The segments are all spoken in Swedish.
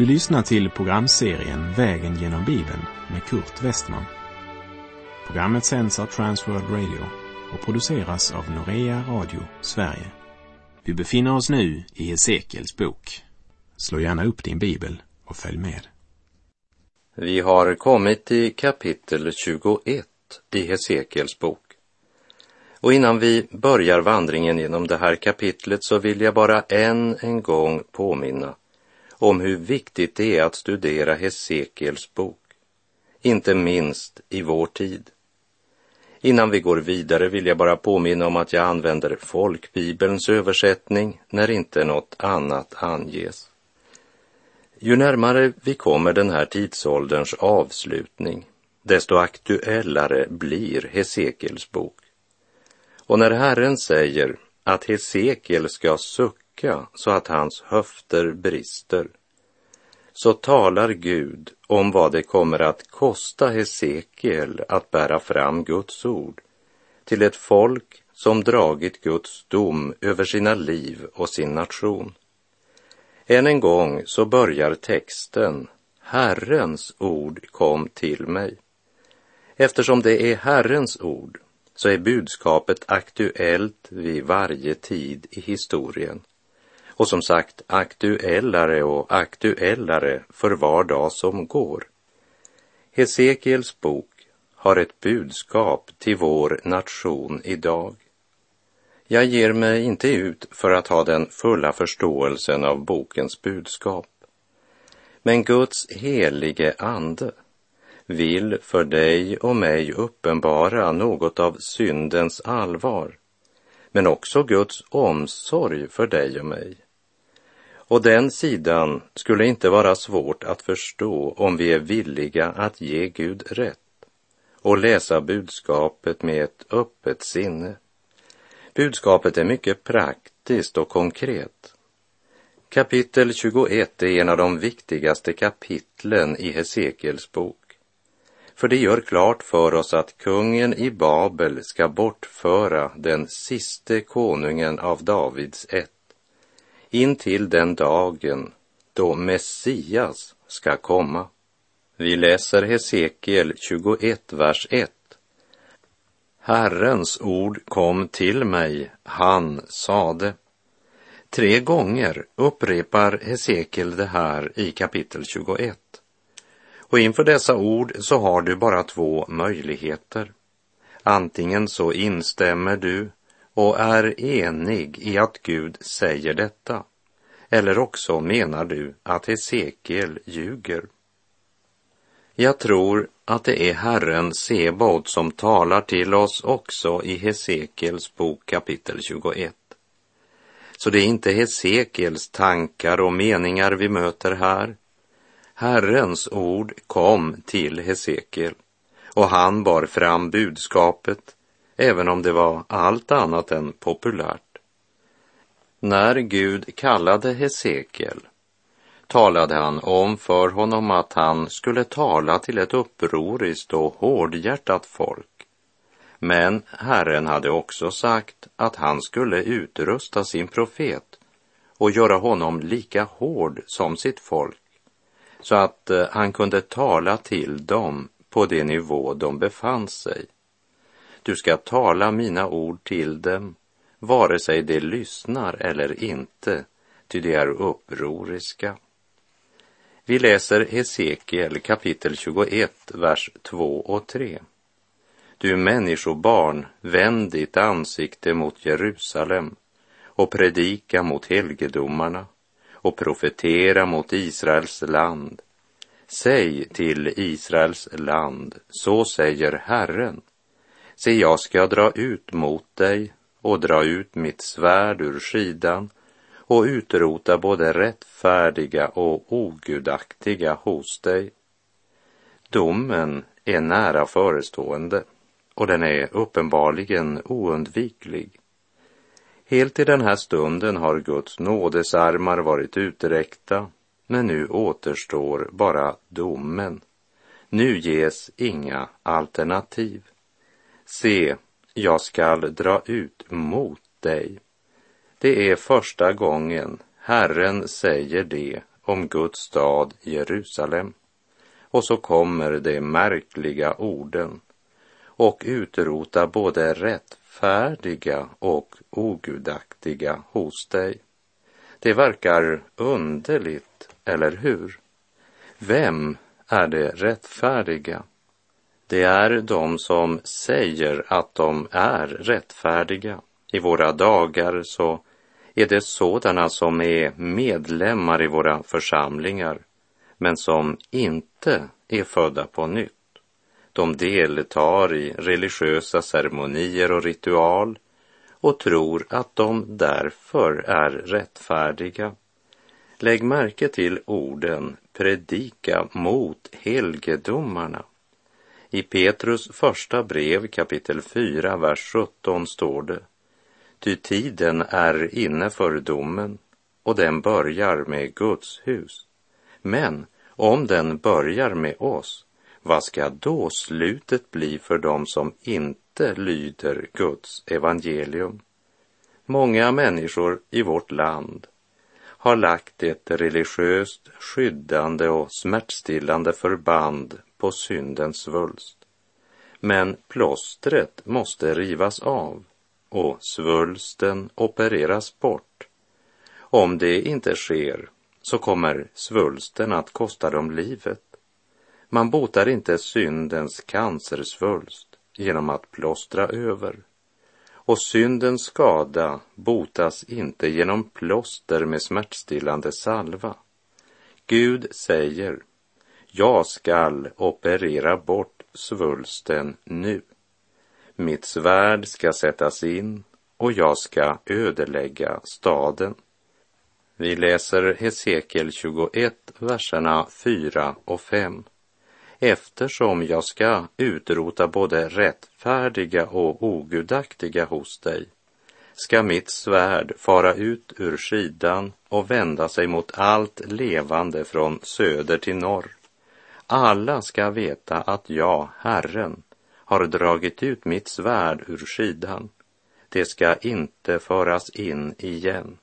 Du lyssnar till programserien Vägen genom Bibeln med Kurt Westman. Programmet sänds av Transworld Radio och produceras av Norea Radio Sverige. Vi befinner oss nu i Hesekiels bok. Slå gärna upp din bibel och följ med. Vi har kommit till kapitel 21 i Hesekiels bok. Och innan vi börjar vandringen genom det här kapitlet så vill jag bara än en gång påminna om hur viktigt det är att studera Hesekiels bok, inte minst i vår tid. Innan vi går vidare vill jag bara påminna om att jag använder folkbibelns översättning när inte något annat anges. Ju närmare vi kommer den här tidsålderns avslutning, desto aktuellare blir Hesekiels bok. Och när Herren säger att Hesekiel ska sucka så att hans höfter brister, så talar Gud om vad det kommer att kosta Hesekiel att bära fram Guds ord till ett folk som dragit Guds dom över sina liv och sin nation. Än en gång så börjar texten: Herrens ord kom till mig. Eftersom det är Herrens ord så är budskapet aktuellt vid varje tid i historien. Och som sagt, aktuellare och aktuellare för var dag som går. Hesekiels bok har ett budskap till vår nation idag. Jag ger mig inte ut för att ha den fulla förståelsen av bokens budskap. Men Guds helige ande vill för dig och mig uppenbara något av syndens allvar, men också Guds omsorg för dig och mig. Och den sidan skulle inte vara svårt att förstå om vi är villiga att ge Gud rätt och läsa budskapet med ett öppet sinne. Budskapet är mycket praktiskt och konkret. Kapitel 21 är en av de viktigaste kapitlen i Hesekiels bok. För det gör klart för oss att kungen i Babel ska bortföra den siste konungen av Davids ett, in till den dagen då Messias ska komma. Vi läser Hesekiel 21, vers 1. Herrens ord kom till mig, han sade. 3 gånger upprepar Hesekiel det här i kapitel 21. Och inför dessa ord så har du bara 2 möjligheter. Antingen så instämmer du och är enig i att Gud säger detta, eller också menar du att Hesekiel ljuger. Jag tror att det är Herren Sebaot som talar till oss också i Hesekiels bok kapitel 21. Så det är inte Hesekiels tankar och meningar vi möter här. Herrens ord kom till Hesekiel och han bar fram budskapet, även om det var allt annat än populärt. När Gud kallade Hesekiel talade han om för honom att han skulle tala till ett upproriskt och hårdhjärtat folk. Men Herren hade också sagt att han skulle utrusta sin profet och göra honom lika hård som sitt folk, så att han kunde tala till dem på det nivå de befann sig. Du ska tala mina ord till dem, vare sig de lyssnar eller inte, ty de är upproriska. Vi läser Hesekiel kapitel 21, vers 2 och 3. Du människobarn, vänd ditt ansikte mot Jerusalem och predika mot helgedomarna och profetera mot Israels land. Säg till Israels land, så säger Herren. Se, jag ska dra ut mot dig och dra ut mitt svärd ur skidan och utrota både rättfärdiga och ogudaktiga hos dig. Domen är nära förestående och den är uppenbarligen oundviklig. Helt i den här stunden har Guds nådesarmar varit uträckta, men nu återstår bara domen. Nu ges inga alternativ. Se, jag skall dra ut mot dig. Det är första gången Herren säger det om Guds stad Jerusalem. Och så kommer de märkliga orden: och utrota både rättfärdiga och ogudaktiga hos dig. Det verkar underligt, eller hur? Vem är det rättfärdiga? Det är de som säger att de är rättfärdiga. I våra dagar så är det sådana som är medlemmar i våra församlingar, men som inte är födda på nytt. De deltar i religiösa ceremonier och ritual och tror att de därför är rättfärdiga. Lägg märke till orden predika mot helgedomarna. I Petrus första brev kapitel 4, vers 17 står det: ty tiden är inne för domen, och den börjar med Guds hus. Men om den börjar med oss, vad ska då slutet bli för dem som inte lyder Guds evangelium? Många människor i vårt land har lagt ett religiöst, skyddande och smärtstillande förband på syndens svulst. Men plåstret måste rivas av och svulsten opereras bort. Om det inte sker så kommer svulsten att kosta dem livet. Man botar inte syndens cancersvulst genom att plåstra över. Och syndens skada botas inte genom plåster med smärtstillande salva. Gud säger: jag skall operera bort svulsten nu. Mitt svärd ska sättas in och jag ska ödelägga staden. Vi läser Hesekiel 21, verserna 4 och 5. Eftersom jag ska utrota både rättfärdiga och ogudaktiga hos dig, ska mitt svärd fara ut ur sidan och vända sig mot allt levande från söder till norr. Alla ska veta att jag, Herren, har dragit ut mitt svärd ur sidan. Det ska inte föras in igen.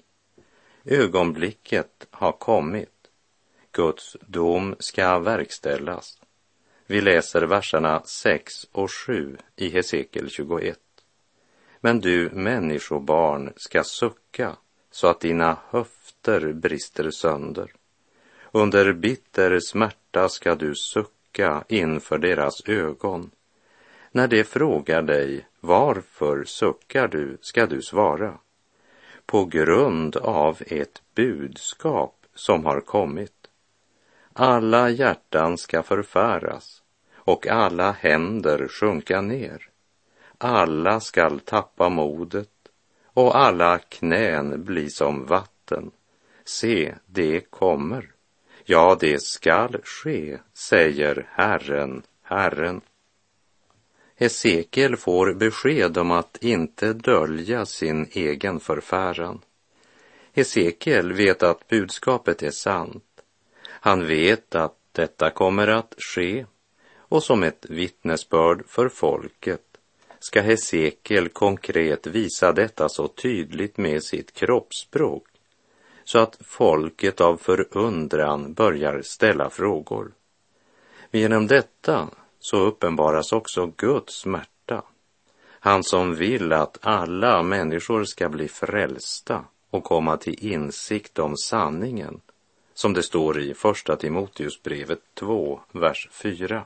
Ögonblicket har kommit. Guds dom ska verkställas. Vi läser verserna 6 och 7 i Hesekiel 21. Men du, människobarn, ska sucka så att dina höfter brister sönder. Under bitter smärta ska du sucka inför deras ögon. När de frågar dig, varför suckar du, ska du svara: på grund av ett budskap som har kommit. Alla hjärtan ska förfäras och alla händer sjunka ner. Alla skall tappa modet och alla knän bli som vatten. Se, det kommer. Ja, det skall ske, säger Herren, Herren. Hesekiel får besked om att inte dölja sin egen förfäran. Hesekiel vet att budskapet är sant. Han vet att detta kommer att ske, och som ett vittnesbörd för folket ska Hesekiel konkret visa detta så tydligt med sitt kroppsspråk, så att folket av förundran börjar ställa frågor. Genom detta så uppenbaras också Guds smärta. Han som vill att alla människor ska bli frälsta och komma till insikt om sanningen, som det står i första Timoteusbrevet 2, vers 4.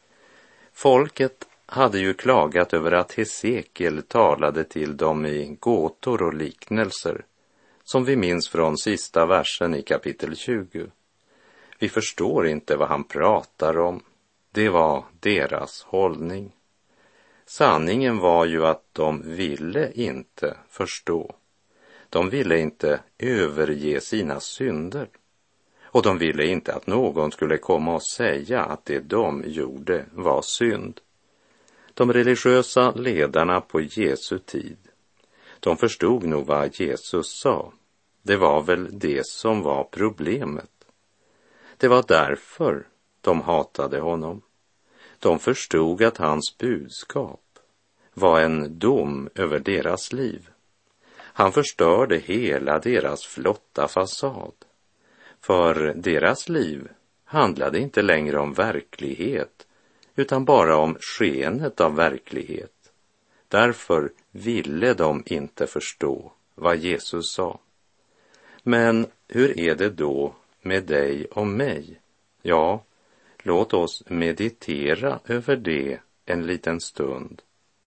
Folket hade ju klagat över att Hesekiel talade till dem i gåtor och liknelser, som vi minns från sista versen i kapitel 20. Vi förstår inte vad han pratar om. Det var deras hållning. Sanningen var ju att de ville inte förstå. De ville inte överge sina synder. Och de ville inte att någon skulle komma och säga att det de gjorde var synd. De religiösa ledarna på Jesu tid, de förstod nog vad Jesus sa. Det var väl det som var problemet. Det var därför de hatade honom. De förstod att hans budskap var en dom över deras liv. Han förstörde hela deras flotta fasad. För deras liv handlade inte längre om verklighet, utan bara om skenet av verklighet. Därför ville de inte förstå vad Jesus sa. Men hur är det då med dig och mig? Ja, låt oss meditera över det en liten stund.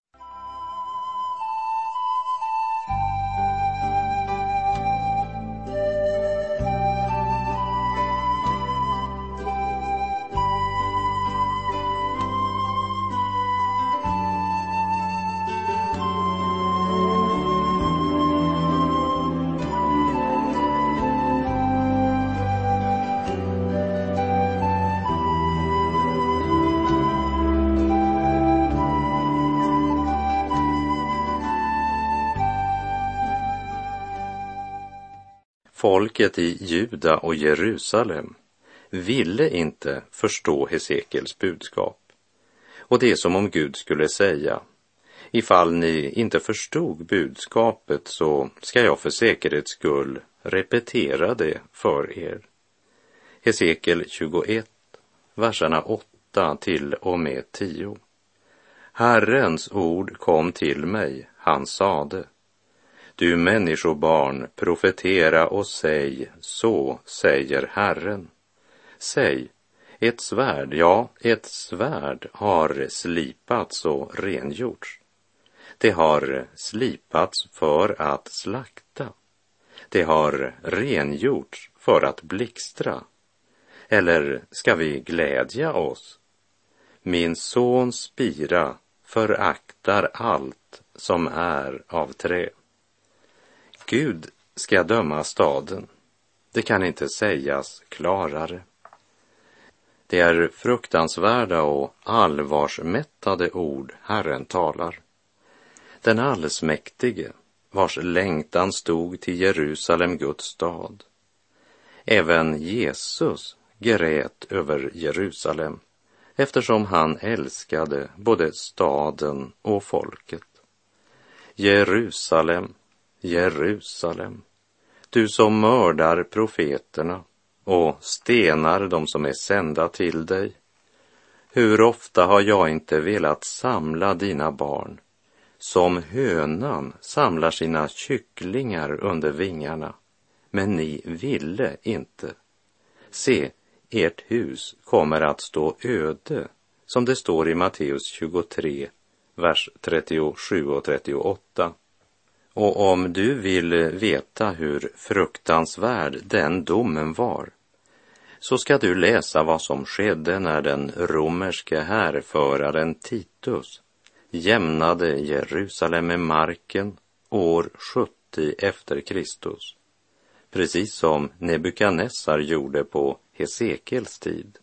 Folket i Juda och Jerusalem ville inte förstå Hesekiels budskap. Och det är som om Gud skulle säga: ifall ni inte förstod budskapet så ska jag för säkerhets skull repetera det för er. Hesekiel 21, verserna 8 till och med 10. Herrens ord kom till mig, han sade: du människobarn, profetera och säg, så säger Herren. Säg, ett svärd, ja, ett svärd har slipats och rengjorts. Det har slipats för att slakta. Det har rengjorts för att blixtra. Eller ska vi glädja oss? Min son spira föraktar allt som är av trä. Gud ska döma staden. Det kan inte sägas klarare. Det är fruktansvärda och allvarsmättade ord Herren talar. Den allsmäktige, vars längtan stod till Jerusalem, Guds stad. Även Jesus grät över Jerusalem, eftersom han älskade både staden och folket. Jerusalem, Jerusalem, du som mördar profeterna och stenar de som är sända till dig. Hur ofta har jag inte velat samla dina barn, som hönan samlar sina kycklingar under vingarna, men ni ville inte. Se, ert hus kommer att stå öde, som det står i Matteus 23, vers 37 och 38. Och om du vill veta hur fruktansvärd den domen var, så ska du läsa vad som skedde när den romerske härföraren Titus jämnade Jerusalem med marken år 70 efter Kristus, precis som Nebukadnessar gjorde på Hesekiels tid.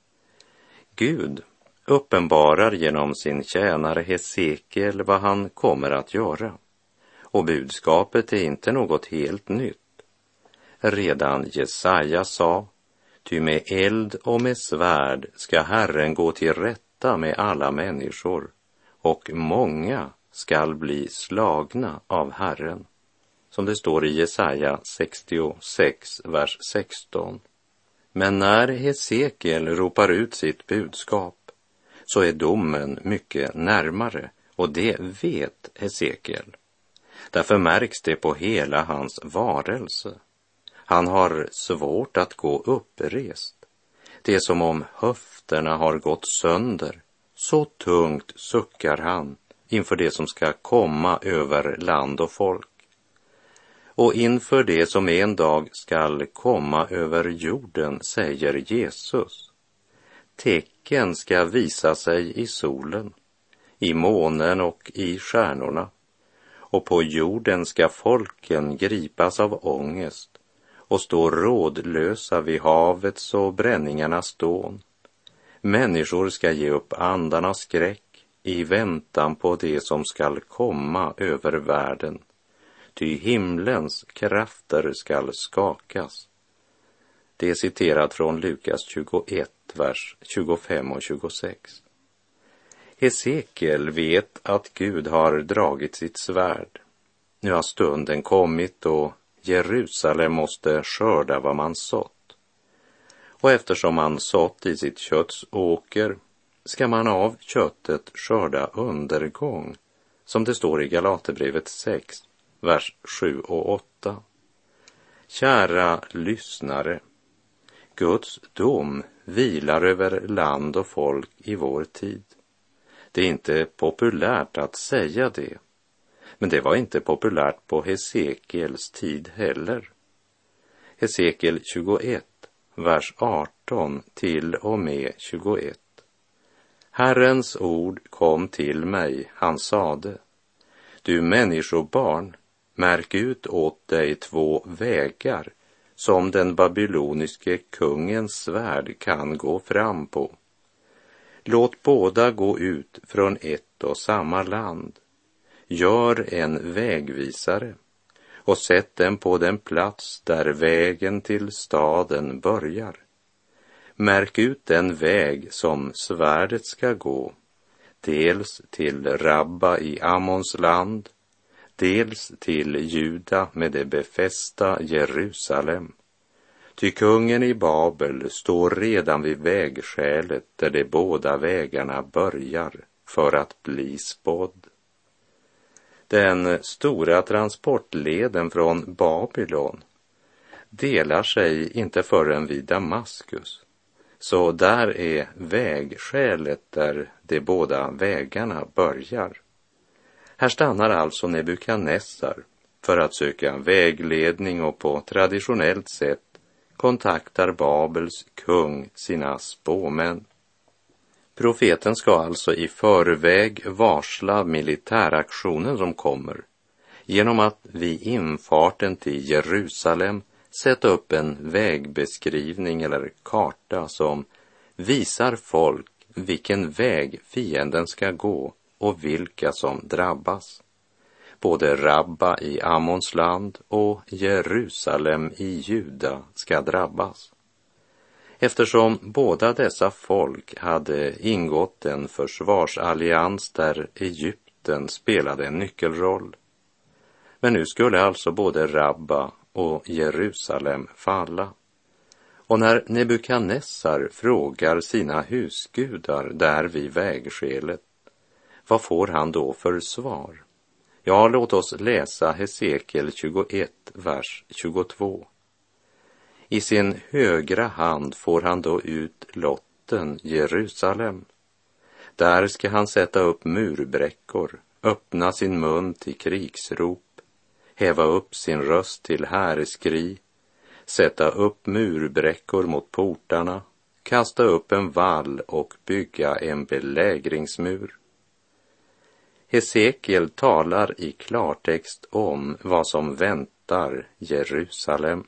Gud uppenbarar genom sin tjänare Hesekiel vad han kommer att göra. Och budskapet är inte något helt nytt. Redan Jesaja sa: ty med eld och med svärd ska Herren gå till rätta med alla människor, och många skall bli slagna av Herren. Som det står i Jesaja 66, vers 16. Men när Hesekiel ropar ut sitt budskap så är domen mycket närmare, och det vet Hesekiel. Därför märks det på hela hans varelse. Han har svårt att gå upprest. Det är som om höfterna har gått sönder. Så tungt suckar han inför det som ska komma över land och folk. Och inför det som en dag skall komma över jorden, säger Jesus: tecken ska visa sig i solen, i månen och i stjärnorna. Och på jorden ska folken gripas av ångest och stå rådlösa vid havets och bränningarnas dån. Människor ska ge upp andan av skräck i väntan på det som skall komma över världen. Ty himlens krafter skall skakas. Det är citerat från Lukas 21, vers 25 och 26. Hesekiel vet att Gud har dragit sitt svärd. Nu har stunden kommit och Jerusalem måste skörda vad man sått. Och eftersom man sått i sitt kötts åker ska man av köttet skörda undergång, som det står i Galaterbrevet 6, vers 7 och 8. Kära lyssnare, Guds dom vilar över land och folk i vår tid. Det är inte populärt att säga det, men det var inte populärt på Hesekiels tid heller. Hesekiel 21, vers 18 till och med 21. Herrens ord kom till mig, han sade: Du människobarn, märk ut åt dig 2 vägar som den babyloniske kungens svärd kan gå fram på. Låt båda gå ut från ett och samma land. Gör en vägvisare och sätt den på den plats där vägen till staden börjar. Märk ut den väg som svärdet ska gå, dels till Rabba i Ammons land, dels till Juda med det befästa Jerusalem. Ty kungen i Babel står redan vid vägskälet där de båda vägarna börjar för att bli spådd. Den stora transportleden från Babylon delar sig inte förrän vid Damaskus. Så där är vägskälet där de båda vägarna börjar. Här stannar alltså Nebukadnessar för att söka vägledning och på traditionellt sätt kontaktar Babels kung sina spåmän. Profeten ska alltså i förväg varsla militäraktionen som kommer genom att vid infarten till Jerusalem sätta upp en vägbeskrivning eller karta som visar folk vilken väg fienden ska gå och vilka som drabbas. Både Rabba i Ammons land och Jerusalem i Juda ska drabbas. Eftersom båda dessa folk hade ingått en försvarsallians där Egypten spelade en nyckelroll. Men nu skulle alltså både Rabba och Jerusalem falla. Och när Nebukadnessar frågar sina husgudar där vid vägskälet, vad får han då för svar? Ja, låt oss läsa Hesekiel 21, vers 22. I sin högra hand får han då ut lotten Jerusalem. Där ska han sätta upp murbräckor, öppna sin mun till krigsrop, häva upp sin röst till härskri, sätta upp murbräckor mot portarna, kasta upp en vall och bygga en belägringsmur. Hesekiel talar i klartext om vad som väntar Jerusalem.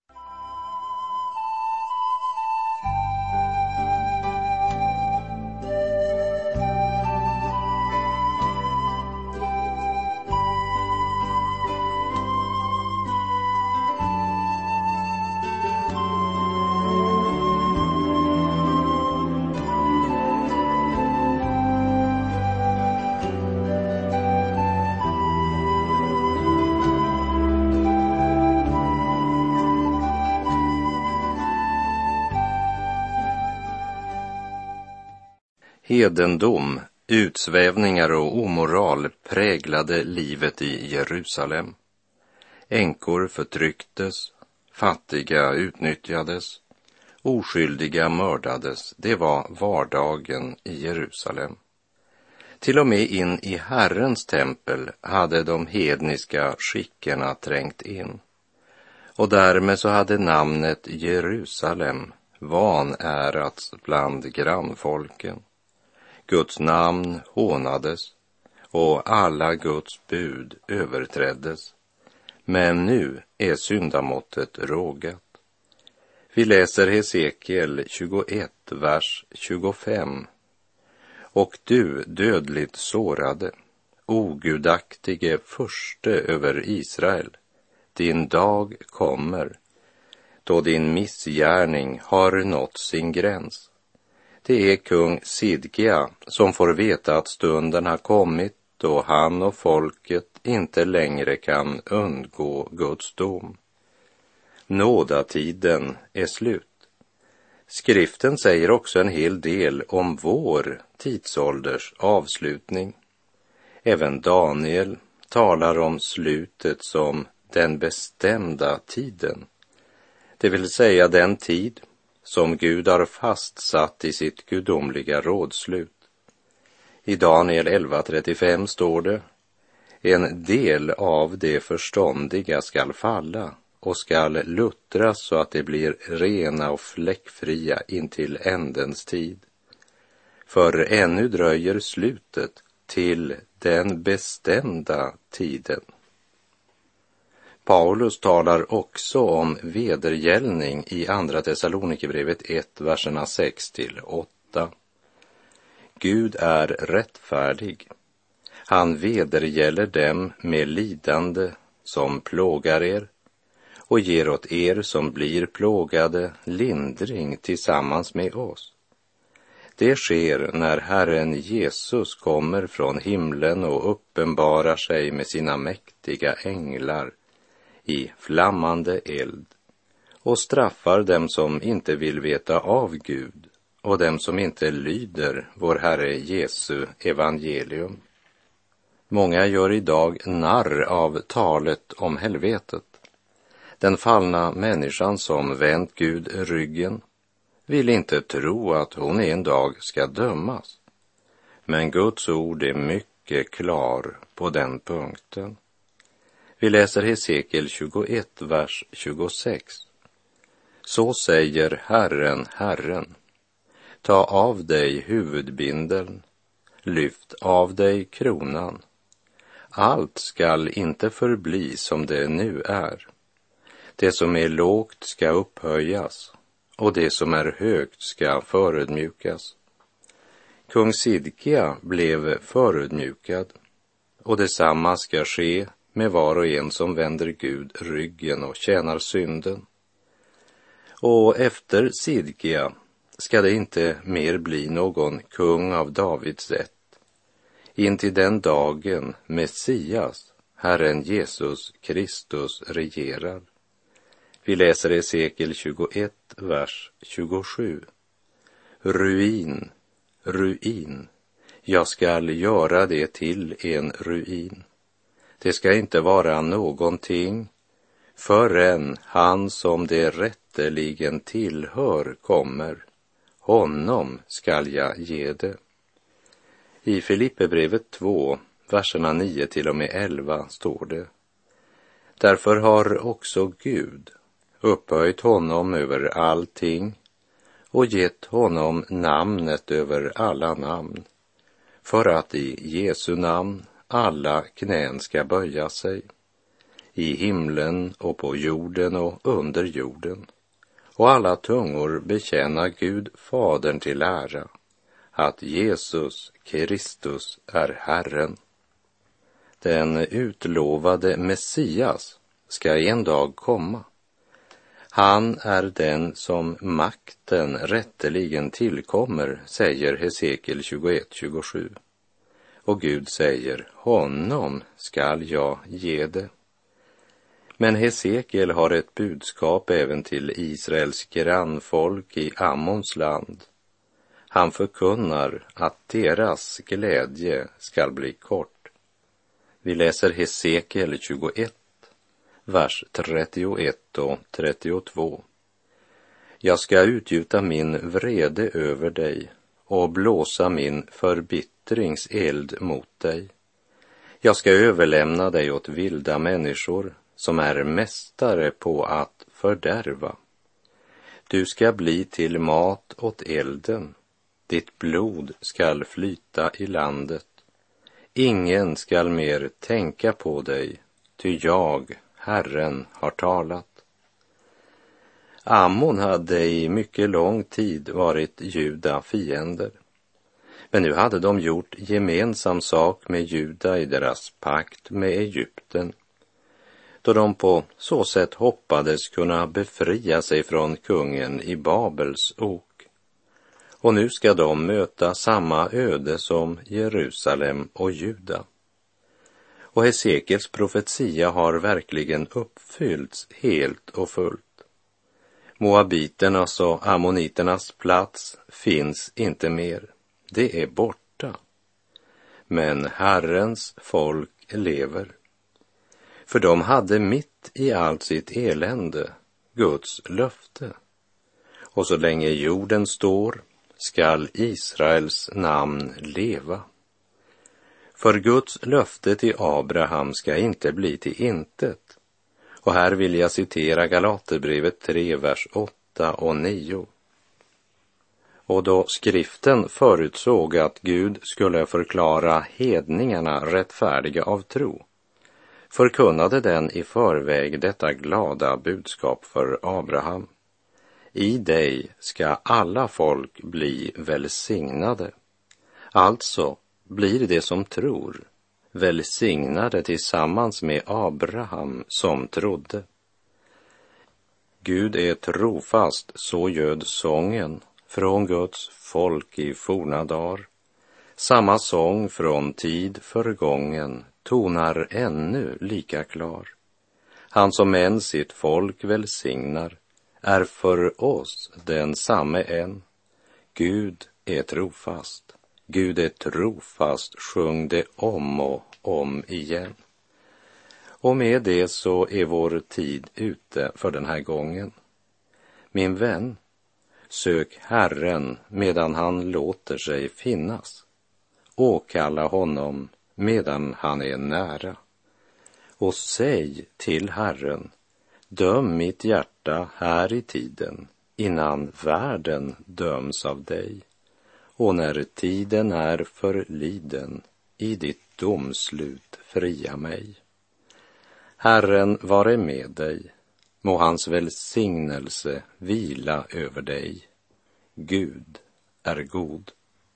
Hedendom, utsvävningar och omoral präglade livet i Jerusalem. Änkor förtrycktes, fattiga utnyttjades, oskyldiga mördades. Det var vardagen i Jerusalem. Till och med in i Herrens tempel hade de hedniska skickerna trängt in. Och därmed så hade namnet Jerusalem vanärats bland grannfolken. Guds namn hånades och alla Guds bud överträddes. Men nu är syndamåttet rågat. Vi läser Hesekiel 21, vers 25. Och du dödligt sårade, ogudaktige furste över Israel, din dag kommer, då din missgärning har nått sin gräns. Det är kung Sidkia som får veta att stunden har kommit då han och folket inte längre kan undgå Guds dom. Nådatiden är slut. Skriften säger också en hel del om vår tidsålders avslutning. Även Daniel talar om slutet som den bestämda tiden, det vill säga den tid som Gud har fastsatt i sitt gudomliga rådslut. I Daniel 11:35 står det: en del av det förståndiga skall falla och skall luttras så att det blir rena och fläckfria intill ändens tid. För ännu dröjer slutet till den bestämda tiden. Paulus talar också om vedergällning i andra Thessalonikerbrevet 1, verserna 6-8. Gud är rättfärdig. Han vedergäller dem med lidande som plågar er och ger åt er som blir plågade lindring tillsammans med oss. Det sker när Herren Jesus kommer från himlen och uppenbarar sig med sina mäktiga änglar i flammande eld och straffar dem som inte vill veta av Gud och dem som inte lyder vår Herre Jesu evangelium. Många gör idag narr av talet om helvetet. Den fallna människan som vänt Gud ryggen vill inte tro att hon en dag ska dömas. Men Guds ord är mycket klar på den punkten. Vi läser Hesekiel 21, vers 26. Så säger Herren, Herren, ta av dig huvudbindeln, lyft av dig kronan. Allt skall inte förbli som det nu är. Det som är lågt ska upphöjas och det som är högt ska förödmjukas. Kung Sidkia blev förödmjukad och detsamma ska ske med var och en som vänder Gud ryggen och tjänar synden. Och efter Sidkia ska det inte mer bli någon kung av Davids ett, intill den dagen Messias, Herren Jesus Kristus, regerar. Vi läser Hesekiel 21, vers 27. Ruin, ruin, jag skall göra det till en ruin. Det ska inte vara någonting förrän han som det rätteligen tillhör kommer. Honom skall jag ge det. I Filipperbrevet 2, verserna 9-11 står det: därför har också Gud upphöjt honom över allting och gett honom namnet över alla namn, för att i Jesu namn alla knän ska böja sig, i himlen och på jorden och under jorden, och alla tungor bekänna Gud Fadern till ära, att Jesus Kristus är Herren. Den utlovade Messias ska en dag komma. Han är den som makten rätteligen tillkommer, säger Hesekiel 21:27. Och Gud säger, honom skall jag ge det. Men Hesekiel har ett budskap även till Israels grannfolk i Ammons land. Han förkunnar att deras glädje skall bli kort. Vi läser Hesekiel 21, vers 31 och 32. Jag ska utgjuta min vrede över dig och blåsa min förbittringseld mot dig. Jag ska överlämna dig åt vilda människor som är mästare på att fördärva. Du ska bli till mat åt elden. Ditt blod skall flyta i landet. Ingen skall mer tänka på dig, ty jag, Herren, har talat. Ammon hade i mycket lång tid varit Juda fiender. Men nu hade de gjort gemensam sak med Juda i deras pakt med Egypten, då de på så sätt hoppades kunna befria sig från kungen i Babels ok. Och nu ska de möta samma öde som Jerusalem och Juda. Och Hesekiels profetia har verkligen uppfyllts helt och fullt. Moabiternas och ammoniternas plats finns inte mer. Det är borta. Men Herrens folk lever. För de hade mitt i allt sitt elände Guds löfte. Och så länge jorden står skall Israels namn leva. För Guds löfte till Abraham ska inte bli till intet. Och här vill jag citera Galaterbrevet 3, vers 8 och 9. Och då skriften förutsåg att Gud skulle förklara hedningarna rättfärdiga av tro, förkunnade den i förväg detta glada budskap för Abraham. I dig ska alla folk bli välsignade. Alltså blir det som tror välsignade tillsammans med Abraham som trodde. Gud är trofast, så göd sången från Guds folk i forna dagar. Samma sång från tid förgången tonar ännu lika klar. Han som än sitt folk välsignar är för oss densamme än. Gud är trofast. Gud är trofast, sjung det om och om igen. Och med det så är vår tid ute för den här gången. Min vän, sök Herren medan han låter sig finnas. Åkalla honom medan han är nära. Och säg till Herren, döm mitt hjärta här i tiden, innan världen döms av dig. Och när tiden är förliden, i ditt domslut fria mig. Herren vare med dig, må hans välsignelse vila över dig. Gud är god.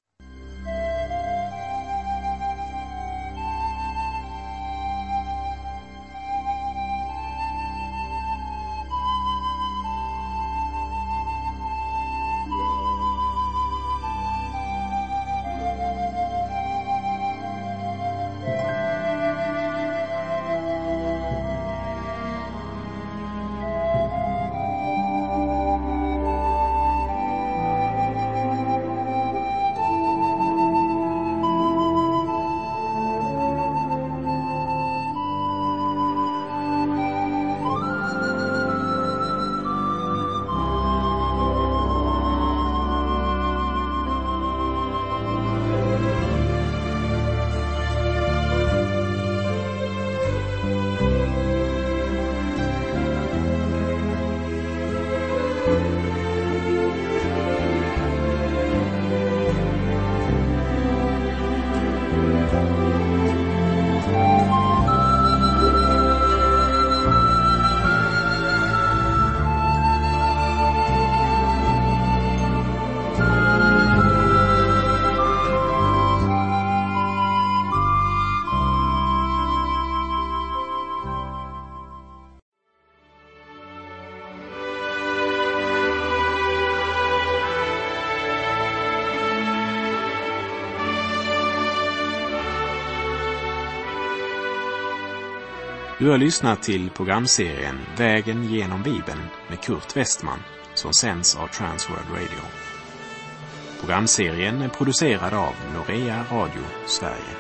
Du har lyssnat till programserien Vägen genom Bibeln med Kurt Westman som sänds av Transworld Radio. Programserien är producerad av Norea Radio Sverige.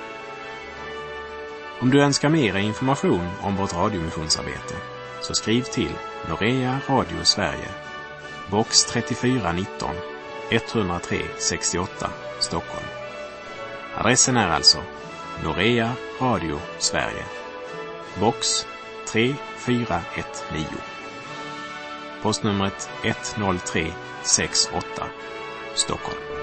Om du önskar mer information om vårt radiomissionsarbete så skriv till Norea Radio Sverige, box 3419 103 68 Stockholm. Adressen är alltså Norea Radio Sverige, box 3419. Postnumret 10368 Stockholm.